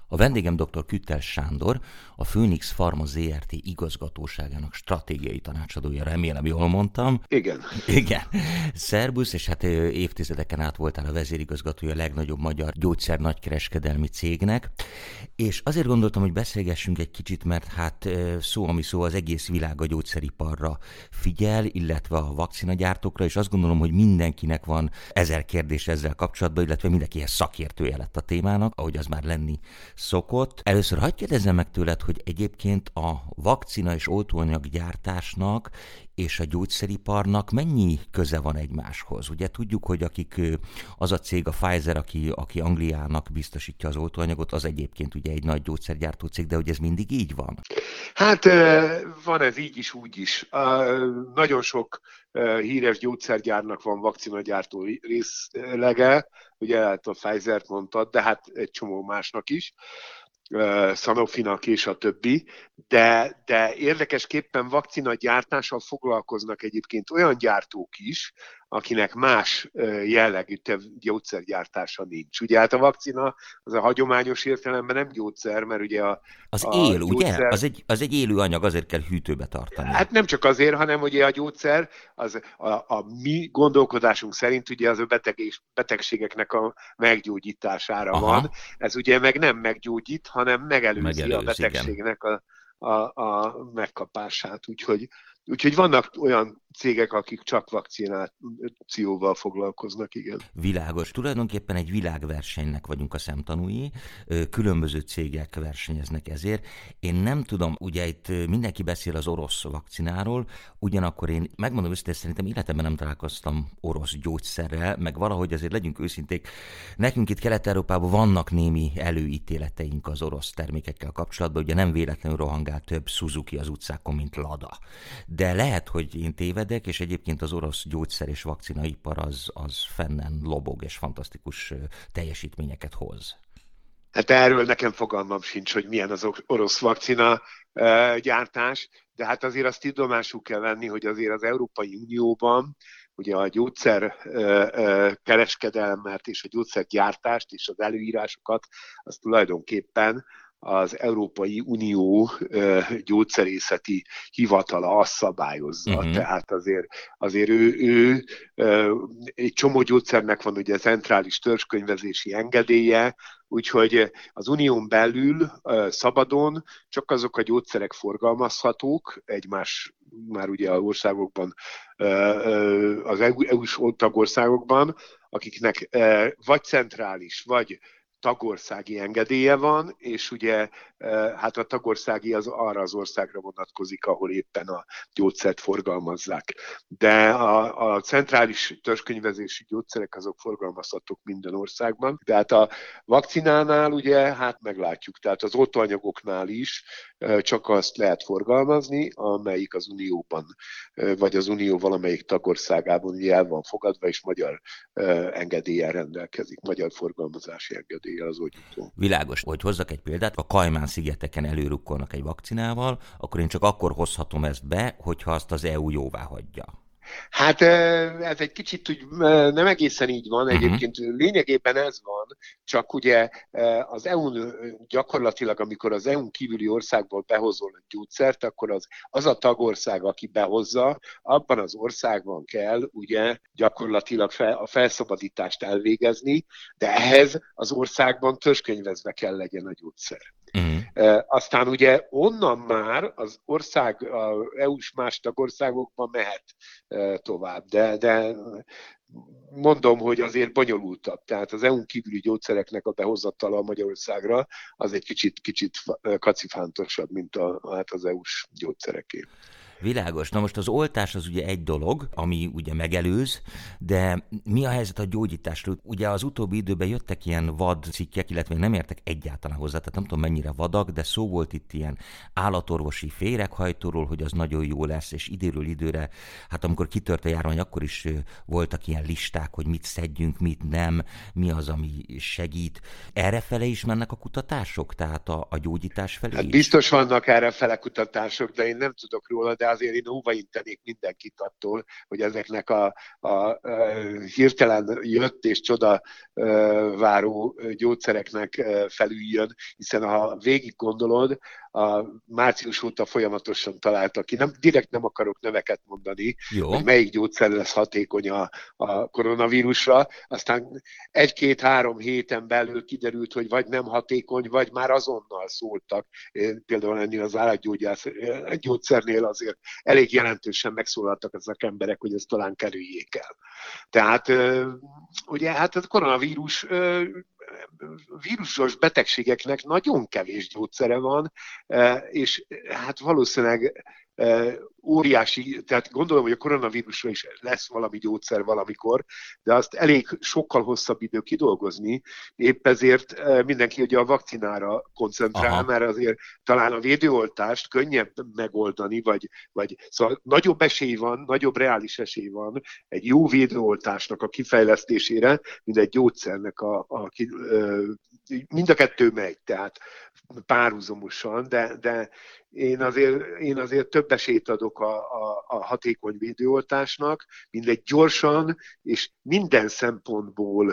A vendégem dr. Küttel Sándor, a Phoenix Pharma Zrt. Igazgatóságának stratégiai tanácsadója, remélem jól mondtam. Igen. Igen. Szerbusz, és hát évtizedeken át voltál a vezérigazgatója a legnagyobb magyar gyógyszer nagykereskedelmi cégnek, és azért gondoltam, hogy beszélgessünk egy kicsit, mert hát szó ami szó, az egész világ a gyógyszeriparra figyel, illetve a vakcinagyártókra, és azt gondolom, hogy mindenkinek van 1000 kérdés ezzel kapcsolatban, illetve mindenkihez szakértője lett a témának, ahogy az már lenni szokott. Először hadd kérdezzem meg tőled, hogy egyébként a vakcina és oltóanyag gyártásnak és a gyógyszeriparnak mennyi köze van egymáshoz? Ugye tudjuk, hogy az a cég, a Pfizer, aki Angliának biztosítja az oltóanyagot, az egyébként ugye egy nagy gyógyszergyártó cég, de hogy ez mindig így van? Hát van ez így is, úgy is. Nagyon sok híres gyógyszergyárnak van vakcinagyártó részlege, ugye hát a Pfizer-t mondtad, de hát egy csomó másnak is. Sanofinak és a többi, de érdekesképpen vakcinagyártással foglalkoznak egyébként olyan gyártók is, akinek más jellegű gyógyszergyártása nincs. Ugye hát a vakcina az a hagyományos értelemben nem gyógyszer, mert ugye az él, gyógyszer... ugye? Az egy élő anyag, azért kell hűtőbe tartani. Hát nem csak azért, hanem ugye a gyógyszer, az a mi gondolkodásunk szerint ugye az a betegségeknek a meggyógyítására van. Ez ugye meg nem meggyógyít, hanem megelőzi a betegségnek a megkapását. Úgyhogy vannak olyan cégek, akik csak vakcinációval foglalkoznak, igen. Világos. Tulajdonképpen egy világversenynek vagyunk a szemtanúi, különböző cégek versenyeznek ezért. Én nem tudom, ugye itt mindenki beszél az orosz vakcináról, ugyanakkor én megmondom őszintén, szerintem életemben nem találkoztam orosz gyógyszerrel, meg valahogy azért legyünk őszinték, nekünk itt Kelet-Európában vannak némi előítéleteink az orosz termékekkel kapcsolatban, ugye nem véletlenül rohangál több Suzuki az utcákon, mint Lada. De lehet, hogy én tévedek, és egyébként az orosz gyógyszer és vakcinaipar az fennen lobog, és fantasztikus teljesítményeket hoz. Hát erről nekem fogalmam sincs, hogy milyen az orosz vakcina gyártás, de hát azért azt tudomásul kell venni, hogy azért az Európai Unióban ugye a gyógyszer kereskedelmet és a gyógyszergyártást és az előírásokat, az tulajdonképpen az Európai Unió gyógyszerészeti hivatala azt szabályozza. Tehát azért ő egy csomó gyógyszernek van ugye centrális törzskönyvezési engedélye, úgyhogy az unión belül szabadon csak azok a gyógyszerek forgalmazhatók, egymás már ugye az országokban, az EU-s tagországokban, akiknek vagy centrális, vagy tagországi engedélye van, és ugye hát a tagországi az arra az országra vonatkozik, ahol éppen a gyógyszert forgalmazzák. De a centrális törzskönyvezési gyógyszerek azok forgalmazhatók minden országban. De hát a vakcinánál ugye hát meglátjuk, tehát az oltóanyagoknál is csak azt lehet forgalmazni, amelyik az Unióban, vagy az Unió valamelyik tagországában ugye el van fogadva, és magyar engedéllyel rendelkezik, magyar forgalmazási engedéllyel az oltóanyag. Világos, hogy hozzak egy példát, a Kajmán-szigeteken előrukkolnak egy vakcinával, akkor én csak akkor hozhatom ezt be, hogyha azt az EU jóvá hagyja. Hát ez egy kicsit úgy, nem egészen így van, egyébként lényegében ez van, csak ugye az EU-n gyakorlatilag, amikor az EU-n kívüli országból behozol egy gyógyszert, akkor az a tagország, aki behozza, abban az országban kell ugye gyakorlatilag a felszabadítást elvégezni, de ehhez az országban törzskönyvezve kell legyen a gyógyszer. Aztán ugye onnan már az ország, az EU-s más tagországokban mehet tovább, de mondom, hogy azért bonyolultabb. Tehát az EU-n kívüli gyógyszereknek a behozatala a Magyarországra az egy kicsit kacifántosabb, mint az EU-s gyógyszereké. Világos. Na most az oltás az ugye egy dolog, ami ugye megelőz, de mi a helyzet a gyógyításról? Ugye az utóbbi időben jöttek ilyen vad cikkek, illetve nem értek egyáltalán hozzá, tehát nem tudom mennyire vadak, de szó volt itt ilyen állatorvosi féreghajtóról, hogy az nagyon jó lesz, és időről időre, hát amikor kitört a járvány, akkor is voltak ilyen ilyen listák, hogy mit szedjünk, mit nem, mi az, ami segít. Errefele is mennek a kutatások, tehát a gyógyítás felé Hát is? biztos vannak errefele kutatások, de én nem tudok róla, de azért én óvaintenék mindenkit attól, hogy ezeknek a hirtelen jött és csoda váró gyógyszereknek felüljön, hiszen ha végig gondolod, a március óta folyamatosan találtak ki. Direkt nem akarok neveket mondani, Jó. hogy melyik gyógyszer lesz hatékony a koronavírusra. Aztán 1-2-3 héten belül kiderült, hogy vagy nem hatékony, vagy már azonnal szóltak. Például ennél az állatgyógyszernél azért elég jelentősen megszólaltak ezek emberek, hogy ezt talán kerüljék el. Tehát ugye hát a koronavírus vírusos betegségeknek nagyon kevés gyógyszere van, és hát valószínűleg óriási, tehát gondolom, hogy a koronavírusra is lesz valami gyógyszer valamikor, de azt elég sokkal hosszabb idő kidolgozni, épp ezért mindenki ugye a vakcinára koncentrál, aha, mert azért talán a védőoltást könnyebb megoldani, vagy szóval nagyobb esély van, nagyobb reális esély van egy jó védőoltásnak a kifejlesztésére, mint egy gyógyszernek mind a kettő megy, tehát párhuzamosan, de én azért több esélyt adok a hatékony védőoltásnak, mindegy gyorsan és minden szempontból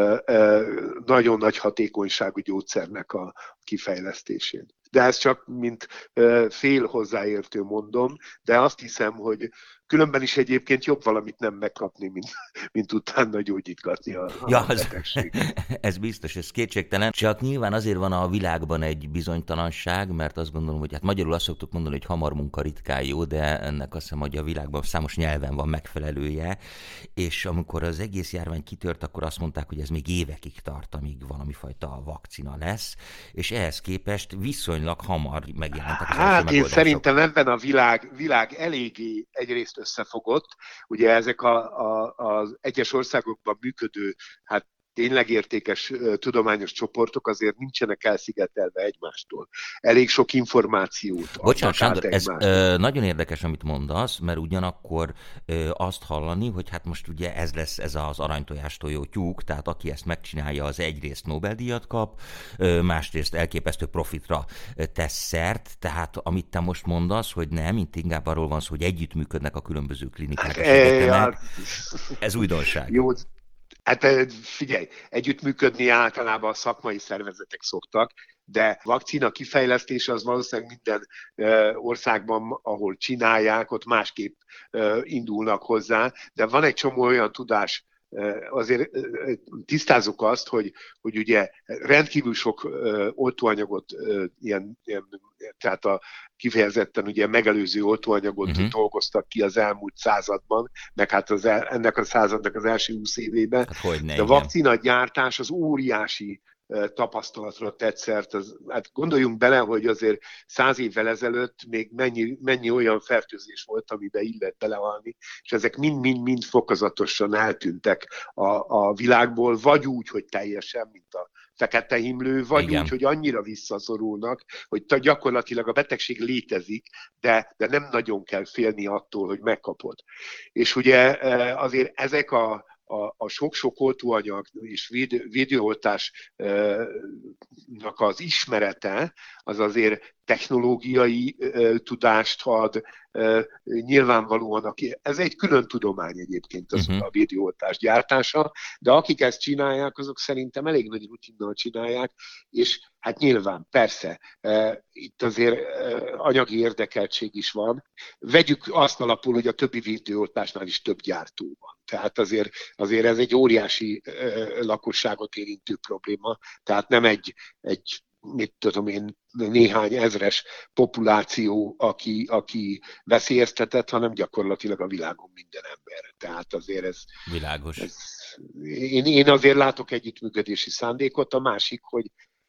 nagyon nagy hatékonyságú gyógyszernek a kifejlesztésén. De ez csak mint fél hozzáértő mondom, de azt hiszem, hogy különben is egyébként jobb valamit nem megkapni, mint utána gyógyítgatni a betegséget. Ez biztos, ez kétségtelen. Csak nyilván azért van a világban egy bizonytalanság, mert azt gondolom, hogy hát magyarul azt szoktuk mondani, hogy hamar munka ritkán jó, de ennek azt hiszem, hogy a világban számos nyelven van megfelelője, és amikor az egész járvány kitört, akkor azt mondták, hogy ez még évekig tart, amíg valami fajta vakcina lesz, és ehhez képest viszonylag hamar megjelentek az első megoldások. Én szerintem ebben a világ eléggé egyrészt összefogott. Ugye ezek az egyes országokban működő, hát tényleg értékes tudományos csoportok azért nincsenek elszigetelve egymástól. Elég sok információt Bocsánat, Sándor, ez nagyon érdekes, amit mondasz, mert ugyanakkor azt hallani, hogy hát most ugye ez lesz ez az aranytojástól tyúk, tehát aki ezt megcsinálja, az egyrészt Nobel-díjat kap, másrészt elképesztő profitra tesz szert, tehát amit te most mondasz, hogy nem, mint inkább arról van szó, hogy együttműködnek a különböző klinikák és egyetemek. Ez újdonság. Jó. Hát figyelj, együttműködni általában a szakmai szervezetek szoktak, de vakcina kifejlesztése az valószínűleg minden országban, ahol csinálják, ott másképp indulnak hozzá, de van egy csomó olyan tudás, azért tisztázzuk azt, hogy ugye rendkívül sok oltóanyagot, tehát kifejezetten ugye megelőző oltóanyagot dolgoztak ki az elmúlt században, meg hát ennek a századnak az első 20 évében. Hát de a vakcinagyártás az óriási tapasztalatra tett szert. Hát gondoljunk bele, hogy azért 100 évvel ezelőtt még mennyi olyan fertőzés volt, amiben illet belehalni, és ezek mind fokozatosan eltűntek a világból, vagy úgy, hogy teljesen, mint a fekete himlő, vagy igen, úgy, hogy annyira visszaszorulnak, hogy gyakorlatilag a betegség létezik, de nem nagyon kell félni attól, hogy megkapod. És ugye azért ezek a sok-sok oltóanyag és védőoltásnak az ismerete, az azért technológiai tudást ad, nyilvánvalóan, ez egy külön tudomány egyébként a védőoltás gyártása, de akik ezt csinálják, azok szerintem elég nagy rutinnal csinálják, és hát nyilván, persze, itt azért anyagi érdekeltség is van. Vegyük azt alapul, hogy a többi védőoltásnál is több gyártó van. Tehát azért ez egy óriási lakosságot érintő probléma, tehát nem egy mit tudom én, néhány ezres populáció, aki veszélyeztetett, hanem gyakorlatilag a világon minden ember. Tehát azért ez... Világos. Én azért látok együttműködési szándékot, a másik, hogy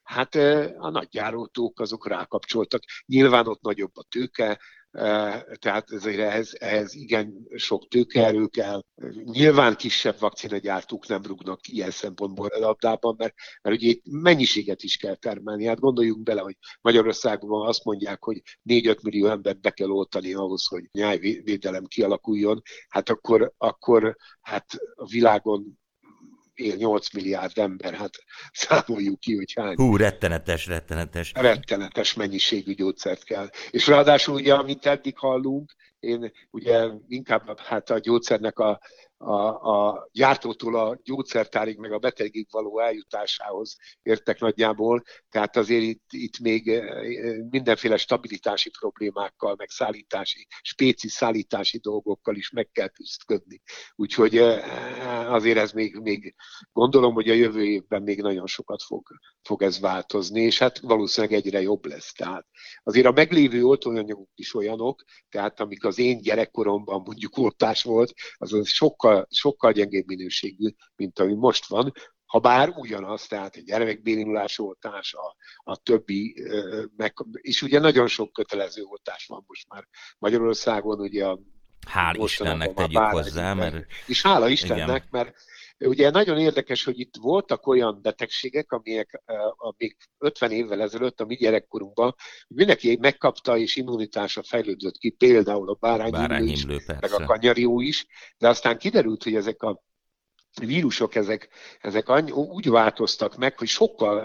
Hát a nagygyártók azok rákapcsoltak. Nyilván ott nagyobb a tőke, tehát ezért ehhez igen sok tőkeerő kell. Nyilván kisebb vakcinagyártók nem rúgnak ilyen szempontból a labdában, mert ugye itt mennyiséget is kell termelni. Hát gondoljunk bele, hogy Magyarországon azt mondják, hogy 4-5 millió embert be kell oltani ahhoz, hogy nyájvédelem kialakuljon. Hát akkor hát a világon él 8 milliárd ember, hát számoljuk ki, hogy hány. Rettenetes. Rettenetes mennyiségű gyógyszert kell. És ráadásul ugye, amit eddig hallunk, én ugye inkább hát a gyógyszernek a gyártótól a gyógyszertárig, meg a betegig való eljutásához értek nagyjából, tehát azért itt még mindenféle stabilitási problémákkal, meg spéci szállítási dolgokkal is meg kell küzdködni. Úgyhogy azért ez még gondolom, hogy a jövő évben még nagyon sokat fog ez változni, és hát valószínűleg egyre jobb lesz. Tehát azért a meglévő oltóanyagok is olyanok, tehát amik az én gyerekkoromban mondjuk oltás volt, az sokkal gyengébb minőségű, mint ami most van, ha bár ugyanaz, tehát egy gyermekbénulás oltás, a többi, és ugye nagyon sok kötelező oltás van most már Magyarországon, ugye hál' Istennek tegyük hozzá, mert... És hála Istennek, mert ugye nagyon érdekes, hogy itt voltak olyan betegségek, amik 50 évvel ezelőtt a mi gyerekkorunkban mindenki megkapta és immunitása fejlődött ki, például a bárányhimlő meg a kanyarió is, de aztán kiderült, hogy ezek a vírusok, ezek úgy változtak meg, hogy sokkal,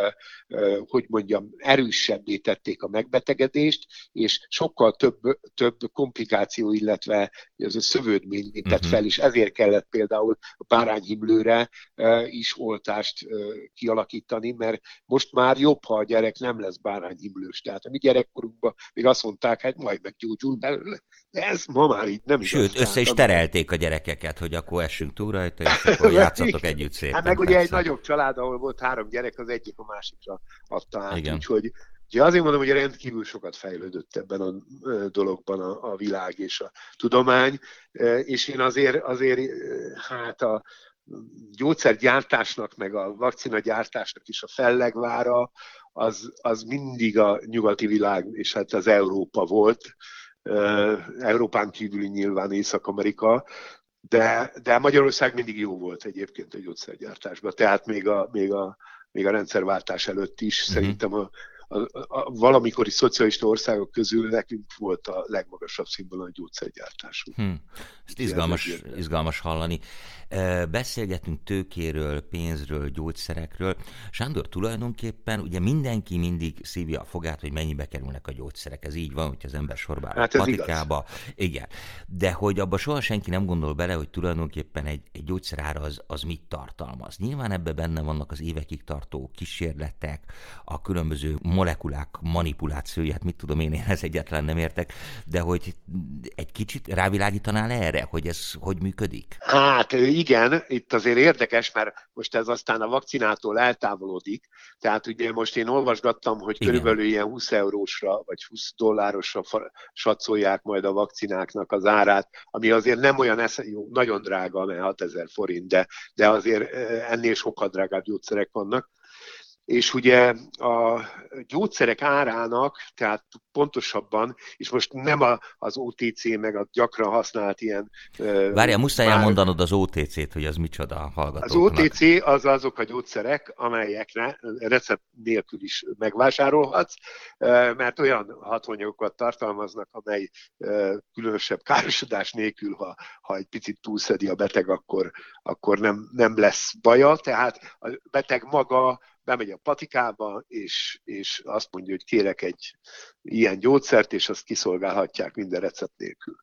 hogy mondjam, erősebbé tették a megbetegedést, és sokkal több komplikáció, illetve ez a szövődmény tett fel, és ezért kellett például a bárányhimlőre is oltást kialakítani, mert most már jobb, ha a gyerek nem lesz bárányhimlős. Tehát a mi gyerekkorunkban még azt mondták, hát majd meggyógyul belőle, de ez ma már így nem igaz. Sőt, össze is terelték a gyerekeket, hogy akkor essünk túl rajta, és akkor játszatok együtt szépen. Hát meg ugye egy nagyobb család, ahol volt 3 gyerek, az egyik a másikra adta át. Úgyhogy azért mondom, hogy rendkívül sokat fejlődött ebben a dologban a világ és a tudomány, és én azért hát a gyógyszergyártásnak, meg a vakcinagyártásnak is a fellegvára, az mindig a nyugati világ, és hát az Európa volt, Európán kívüli nyilván Észak-Amerika, de Magyarország mindig jó volt egyébként a gyógyszergyártásban. Tehát még a rendszerváltás előtt is szerintem a valamikori szocialista országok közül nekünk volt a legmagasabb színvonalú gyógyszergyártásunk. Ezt izgalmas hallani. Beszélgetünk tőkéről, pénzről, gyógyszerekről. Sándor, tulajdonképpen ugye mindenki mindig szívja a fogát, hogy mennyibe kerülnek a gyógyszerek. Ez így van, hogy az ember sorba áll a patikába. Igen. De hogy abba soha senki nem gondol bele, hogy tulajdonképpen egy gyógyszerára az mit tartalmaz. Nyilván ebben benne vannak az évekig tartó kísérletek, a különböző molekulák manipulációját, mit tudom én ez egyáltalán nem értek, de hogy egy kicsit rávilágítanál erre, hogy ez hogy működik? Hát igen, itt azért érdekes, mert most ez aztán a vakcinától eltávolodik, tehát ugye most én olvasgattam, hogy körülbelül ilyen 20 eurósra vagy 20 dollárosra satszolják majd a vakcináknak az árát, ami azért nem olyan jó, nagyon drága, mert 6000 forint, de azért ennél sokkal drágább gyógyszerek vannak. És ugye a gyógyszerek árának, tehát pontosabban, és most nem az OTC, meg a gyakran használt ilyen... Várjál, muszáj elmondanod az OTC-t, hogy az micsoda a hallgatóknak. Az OTC azok a gyógyszerek, amelyekre recept nélkül is megvásárolhatsz, mert olyan hatóanyagokat tartalmaznak, amely különösebb károsodás nélkül, ha egy picit túlszedi a beteg, akkor nem lesz baja, tehát a beteg maga bemegy a patikába, és azt mondja, hogy kérek egy ilyen gyógyszert, és azt kiszolgálhatják minden recept nélkül.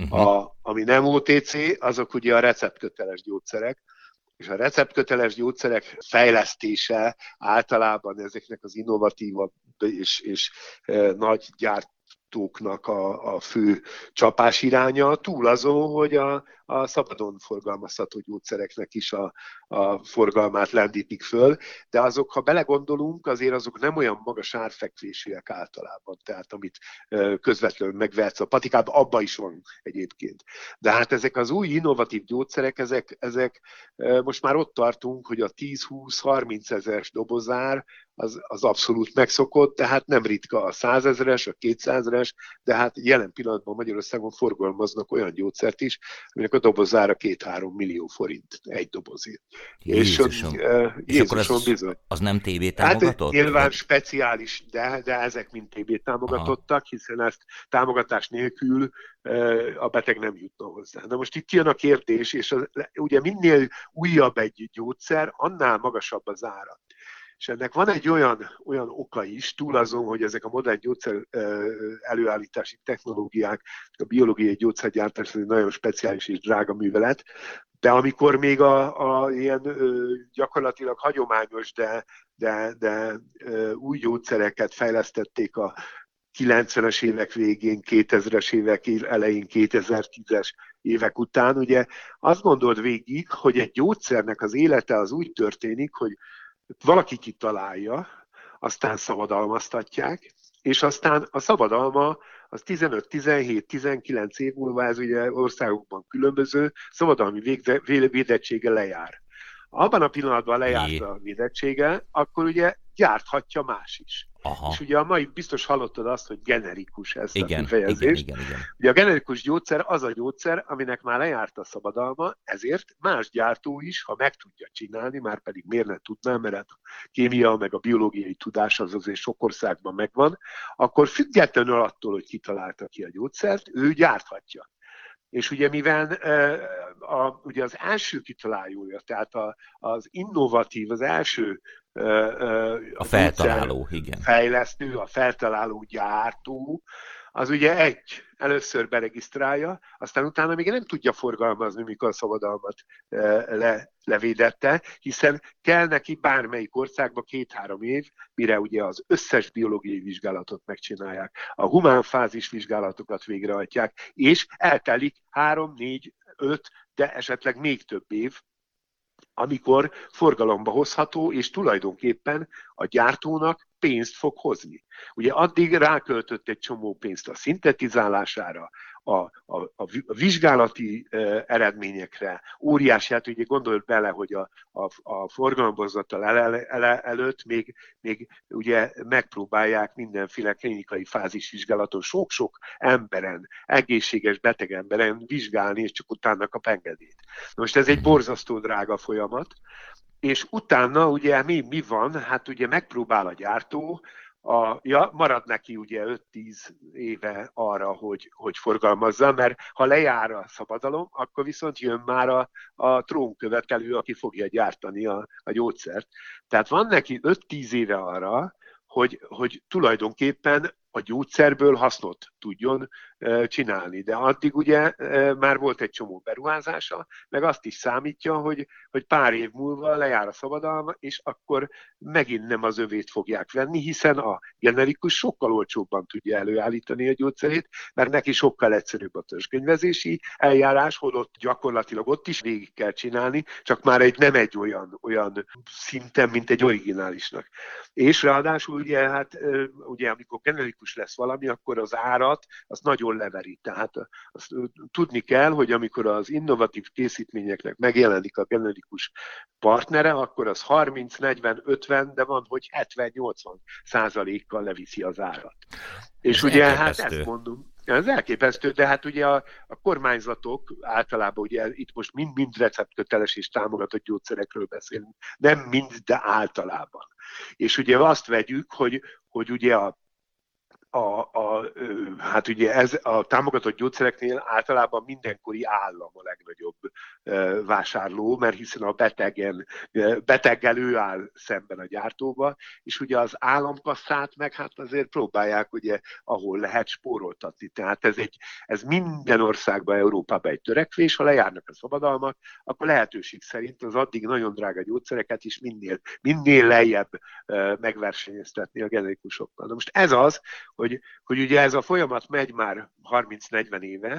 Ami nem OTC, azok ugye a receptköteles gyógyszerek, és a receptköteles gyógyszerek fejlesztése általában ezeknek az innovatívabb és nagy gyártóknak a fő csapás iránya túl azon, hogy a szabadon forgalmazható gyógyszereknek is a forgalmát lendítik föl, de azok, ha belegondolunk, azért azok nem olyan magas árfekvésűek általában, tehát amit közvetlenül megvehetsz a patikában, abba is van egyébként. De hát ezek az új innovatív gyógyszerek, ezek most már ott tartunk, hogy a 10-20-30 ezeres dobozár az abszolút megszokott, tehát nem ritka a 100 ezeres, a 200 ezeres, de hát jelen pillanatban Magyarországon forgalmaznak olyan gyógyszert is, aminek a dobozára 2-3 millió forint egy dobozért. Jézusom. És akkor az nem TB támogatott? Hát nyilván speciális, de ezek mind TB támogatottak, hiszen ezt támogatás nélkül a beteg nem jutna hozzá. Na most itt jön a kérdés, és ugye minél újabb egy gyógyszer, annál magasabb az ára. És ennek van egy olyan oka is, túl azon, hogy ezek a modern gyógyszer előállítási technológiák, a biológiai gyógyszergyártás egy nagyon speciális és drága művelet, de amikor még a ilyen gyakorlatilag hagyományos, de új gyógyszereket fejlesztették a 90-es évek végén, 2000-es évek elején, 2010-es évek után, ugye azt gondold végig, hogy egy gyógyszernek az élete az úgy történik, hogy valaki kitalálja, aztán szabadalmaztatják, és aztán a szabadalma az 15-17-19 év múlva, ez ugye országokban különböző, szabadalmi védettsége lejár. Abban a pillanatban lejárt a védettsége, akkor ugye gyárthatja más is. Aha. És ugye a mai biztos hallottad azt, hogy generikus ez a kifejezés. Igen. Ugye a generikus gyógyszer az a gyógyszer, aminek már lejárt a szabadalma, ezért más gyártó is, ha meg tudja csinálni, már pedig miért ne tudná, mert a kémia meg a biológiai tudás az azért sok országban megvan, akkor függetlenül attól, hogy kitalálta ki a gyógyszert, ő gyárthatja. És ugye mivel ugye az első kitalálója, tehát az innovatív, az első a feltaláló, igen. Fejlesztő, a feltaláló gyártó, az ugye először beregisztrálja, aztán utána még nem tudja forgalmazni, mikor a szabadalmat levédette, hiszen kell neki bármelyik országba 2-3 év, mire ugye az összes biológiai vizsgálatot megcsinálják, a humán fázis vizsgálatokat végrehajtják, és eltelik 3, 4, 5, de esetleg még több év, amikor forgalomba hozható, és tulajdonképpen a gyártónak pénzt fog hozni. Ugye addig ráköltött egy csomó pénzt a szintetizálására, a vizsgálati eredményekre, óriási, hát ugye gondolj bele, hogy a forgalomhozatal előtt még ugye megpróbálják mindenféle klinikai fázisvizsgálaton sok-sok emberen, egészséges beteg emberen vizsgálni, és csak utána kap engedélyt. Most ez egy borzasztó drága folyamat, és utána ugye mi van? Hát ugye megpróbál a gyártó, marad neki ugye 5-10 éve arra, hogy forgalmazza, mert ha lejár a szabadalom, akkor viszont jön már a trónkövetelő, aki fogja gyártani a gyógyszert. Tehát van neki 5-10 éve arra, hogy tulajdonképpen a gyógyszerből hasznot tudjon csinálni. De addig ugye már volt egy csomó beruházása, meg azt is számítja, hogy pár év múlva lejár a szabadalma, és akkor megint nem az övét fogják venni, hiszen a generikus sokkal olcsóbban tudja előállítani a gyógyszerét, mert neki sokkal egyszerűbb a törzskönyvezési eljárás, holott gyakorlatilag ott is végig kell csinálni, csak már nem egy olyan szinten, mint egy originálisnak. És ráadásul ugye amikor generikus lesz valami, akkor az árat az nagyon leveri. Tehát azt tudni kell, hogy amikor az innovatív készítményeknek megjelenik a generikus partnere, akkor az 30-40-50, de van, hogy 70-80%-kal leviszi az árat. És ugye hát ezt mondom, ez elképesztő, de hát ugye a kormányzatok általában, ugye itt most mind receptköteles és támogatott gyógyszerekről beszélünk, nem mind, de általában. És ugye azt vegyük, hogy ugye hát ugye ez a támogatott gyógyszereknél általában mindenkori állam a legnagyobb vásárló, mert hiszen a beteggel ő áll szemben a gyártóba, és ugye az államkasszát meg hát azért próbálják ugye ahol lehet spóroltatni. Tehát ez minden országban, Európában egy törekvés, ha lejárnak a szabadalmak, akkor lehetőség szerint az addig nagyon drága gyógyszereket is minél lejjebb megversenyeztetni a generikusokkal. Na most ez az, hogy ugye ez a folyamat megy már 30-40 éve,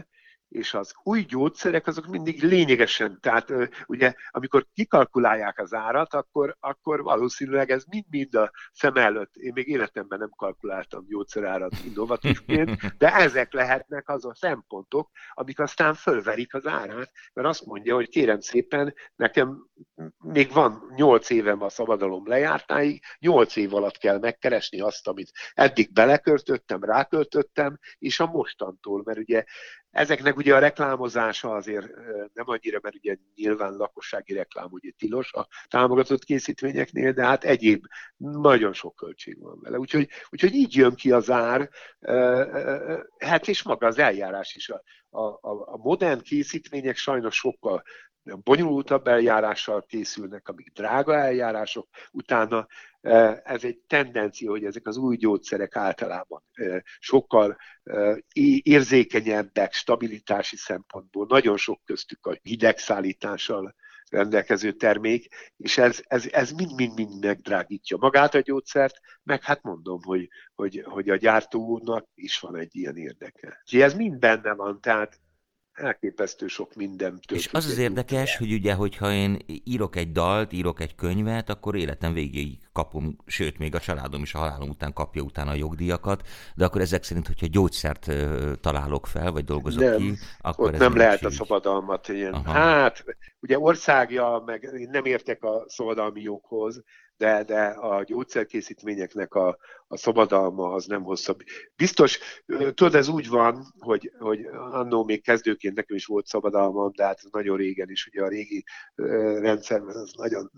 és az új gyógyszerek azok mindig lényegesen, tehát ugye amikor kikalkulálják az árat, akkor valószínűleg ez mind-mind a szem előtt, én még életemben nem kalkuláltam gyógyszerárat innovatívként, de ezek lehetnek az a szempontok, amik aztán fölverik az árát, mert azt mondja, hogy kérem szépen, nekem még van 8 évem a szabadalom lejártáig, 8 év alatt kell megkeresni azt, amit eddig beleköltöttem, ráköltöttem, és a mostantól, mert ugye ezeknek ugye a reklámozása azért nem annyira, mert ugye nyilván lakossági reklám ugye tilos a támogatott készítményeknél, de hát egyéb nagyon sok költség van vele. Úgyhogy így jön ki az ár, hát és maga az eljárás is. A modern készítmények sajnos sokkal bonyolultabb eljárással készülnek, amik drága eljárások, utána ez egy tendencia, hogy ezek az új gyógyszerek általában sokkal érzékenyebbek stabilitási szempontból, nagyon sok köztük a hidegszállítással rendelkező termék, és ez mind-mind megdrágítja magát a gyógyszert, meg hát mondom, hogy a gyártónak is van egy ilyen érdeke. Úgyhogy ez mind benne van, tehát elképesztő sok mindentől. És az érdekes, hogy ugye, hogyha én írok egy dalt, írok egy könyvet, akkor életem végéig kapom, sőt, még a családom is a halálom után kapja utána a jogdíjakat, de akkor ezek szerint, hogyha gyógyszert találok fel, vagy dolgozok ki, akkor ott nem lehet a szabadalmat ilyen. Hát, ugye országja, meg én nem értek a szabadalmi joghoz, de a gyógyszerkészítményeknek a szabadalma az nem hosszabb. Biztos, tudod, ez úgy van, hogy annó még kezdőként nekem is volt szabadalmam, de hát ez nagyon régen is, ugye a régi rendszerben az nagyon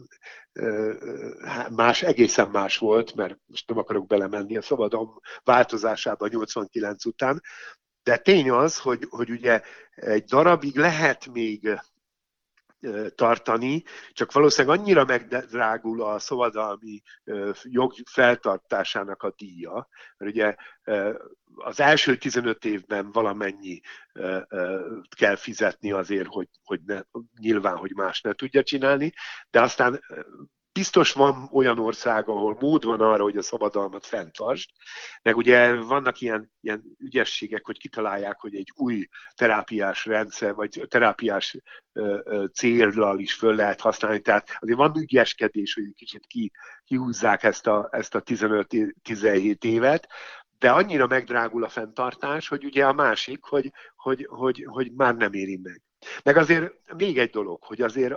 más, egészen más volt, mert most nem akarok belemenni a szabadalom változásába 89 után, de tény az, hogy ugye egy darabig lehet még tartani, csak valószínűleg annyira megdrágul a szabadalmi jog feltartásának a díja, mert ugye az első 15 évben valamennyi kell fizetni azért, hogy nyilván, hogy más ne tudja csinálni, de aztán biztos van olyan ország, ahol mód van arra, hogy a szabadalmat fenntartsd, meg ugye vannak ilyen ügyességek, hogy kitalálják, hogy egy új terápiás rendszer, vagy terápiás céllal is föl lehet használni, tehát azért van ügyeskedés, hogy kicsit kihúzzák ezt a 15-17 évet, de annyira megdrágul a fenntartás, hogy ugye a másik, hogy már nem éri meg. Meg azért még egy dolog, hogy azért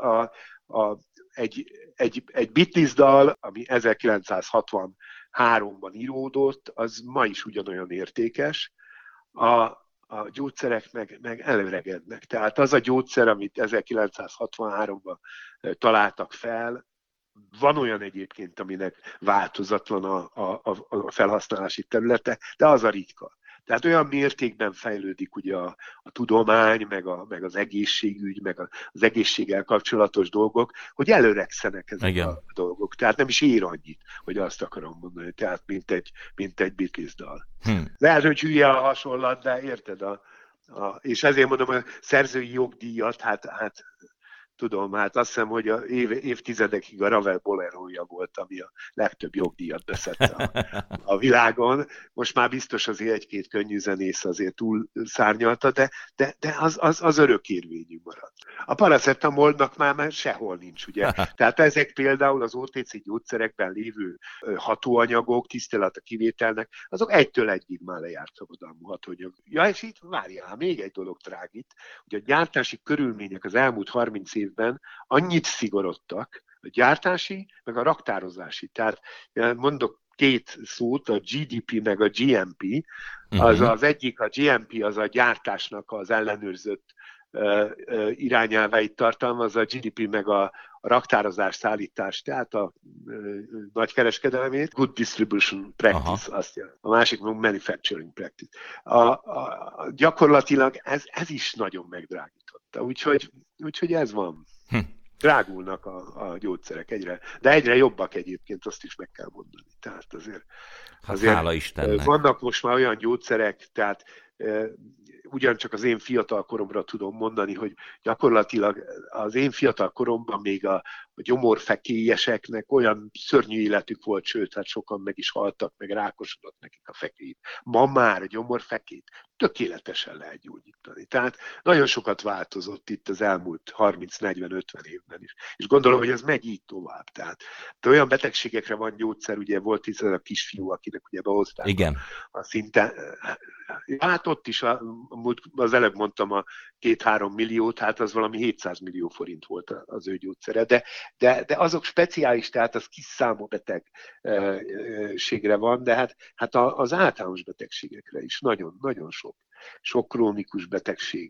egy Beatles dal, ami 1963-ban íródott, az ma is ugyanolyan értékes, a gyógyszerek meg előregednek. Tehát az a gyógyszer, amit 1963-ban találtak fel, van olyan egyébként, aminek változatlan a felhasználási területe, de az a ritka. Tehát olyan mértékben fejlődik ugye a tudomány, meg az egészségügy, meg az egészséggel kapcsolatos dolgok, hogy előregszenek ezek igen. A dolgok. Tehát nem is ér annyit, hogy azt akarom mondani, tehát mint egy Beatles dal. Lehet, hogy hülye a hasonlat, de érted? És ezért mondom, a szerzői jogdíjat, hát tudom, hát azt hiszem, hogy évtizedekig a Ravel Bolerója volt, ami a legtöbb jogdíjat beszedte a világon. Most már biztos azért egy-két könnyű zenész azért túl szárnyalta, de az örökérvényű maradt. A paracetamolnak már sehol nincs, ugye? Tehát ezek például az OTC gyógyszerekben lévő hatóanyagok, tisztelet a kivételnek, azok 1-től 1-ig már lejárt szabadalmú hatóanyag. Ja, és itt várjál, még egy dolog drágít, hogy a gyártási körülmények az elmúlt 30 évben annyit szigorodtak, a gyártási, meg a raktározási. Tehát mondok 2 szót, a GDP meg a GMP. Az egyik, a GMP az a gyártásnak az ellenőrzött irányelveit tartalmaz, a GDP meg a raktározás, szállítás, tehát a nagykereskedelmét, Good Distribution Practice, azt jelenti. A másik meg Manufacturing Practice. Gyakorlatilag ez is nagyon megdrágította, úgyhogy ez van. Drágulnak a gyógyszerek de egyre jobbak egyébként, azt is meg kell mondani. Tehát azért hála Istennek. Vannak most már olyan gyógyszerek, tehát ugyancsak az én fiatal koromra tudom mondani, hogy gyakorlatilag az én fiatal koromban még a gyomorfekélyeseknek olyan szörnyű életük volt, sőt, hát sokan meg is haltak, meg rákosodott nekik a fekélyt. Ma már a gyomorfekét tökéletesen lehet gyógyítani. Tehát nagyon sokat változott itt az elmúlt 30-40-50 évben is. És gondolom, hogy ez megy így tovább. Tehát olyan betegségekre van gyógyszer, ugye volt itt ez a kisfiú, akinek ugye behozták. Igen. A szinten, hát ott is, az előbb mondtam a 2-3 milliót, hát az valami 700 millió forint volt az ő gyógyszere, de azok speciális, tehát az kis számú betegségre van, de hát az általános betegségekre is nagyon sok krónikus betegség,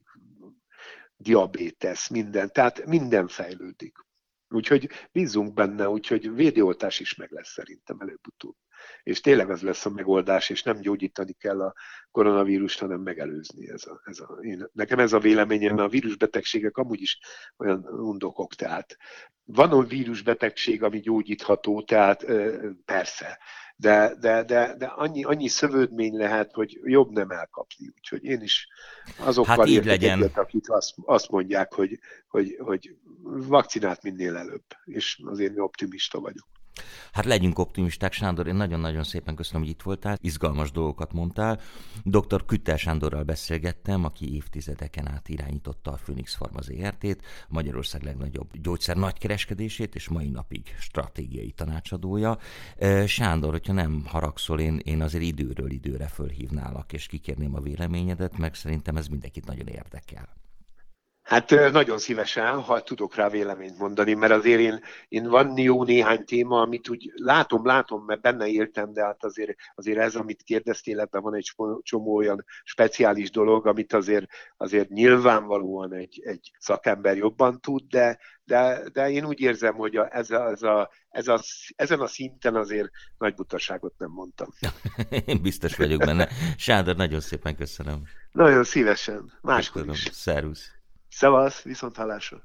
diabétesz, minden, tehát minden fejlődik. Úgyhogy bízunk benne, úgyhogy védőoltás is meg lesz szerintem előbb-utóbb. És tényleg ez lesz a megoldás, és nem gyógyítani kell a koronavírust, hanem megelőzni. Nekem ez a véleményem, mert a vírusbetegségek amúgy is olyan undokok, tehát van olyan vírusbetegség, ami gyógyítható, tehát persze, de annyi szövődmény lehet, hogy jobb nem elkapni. Úgyhogy én is azokkal értek egyet, akik azt mondják, hogy vakcinát minél előbb, és azért én optimista vagyok. Hát legyünk optimisták, Sándor, én nagyon-nagyon szépen köszönöm, hogy itt voltál, izgalmas dolgokat mondtál. Dr. Küttel Sándorral beszélgettem, aki évtizedeken át irányította a Phoenix Pharma ZRT-t, Magyarország legnagyobb gyógyszer nagykereskedését, és mai napig stratégiai tanácsadója. Sándor, hogyha nem haragszol, én azért időről időre fölhívnálak, és kikérném a véleményedet, meg szerintem ez mindenkit nagyon érdekel. Hát nagyon szívesen, ha tudok rá véleményt mondani, mert azért én van jó néhány téma, amit úgy látom, mert benne éltem, de hát azért ez, amit kérdeztél, ebben van egy csomó olyan speciális dolog, amit azért nyilvánvalóan egy szakember jobban tud, de én úgy érzem, hogy ezen a szinten azért nagy butaságot nem mondtam. Én biztos vagyok benne. Sándor, nagyon szépen köszönöm. Nagyon szívesen. Máskor is. Szervusz. Szevasz, viszont hallásra.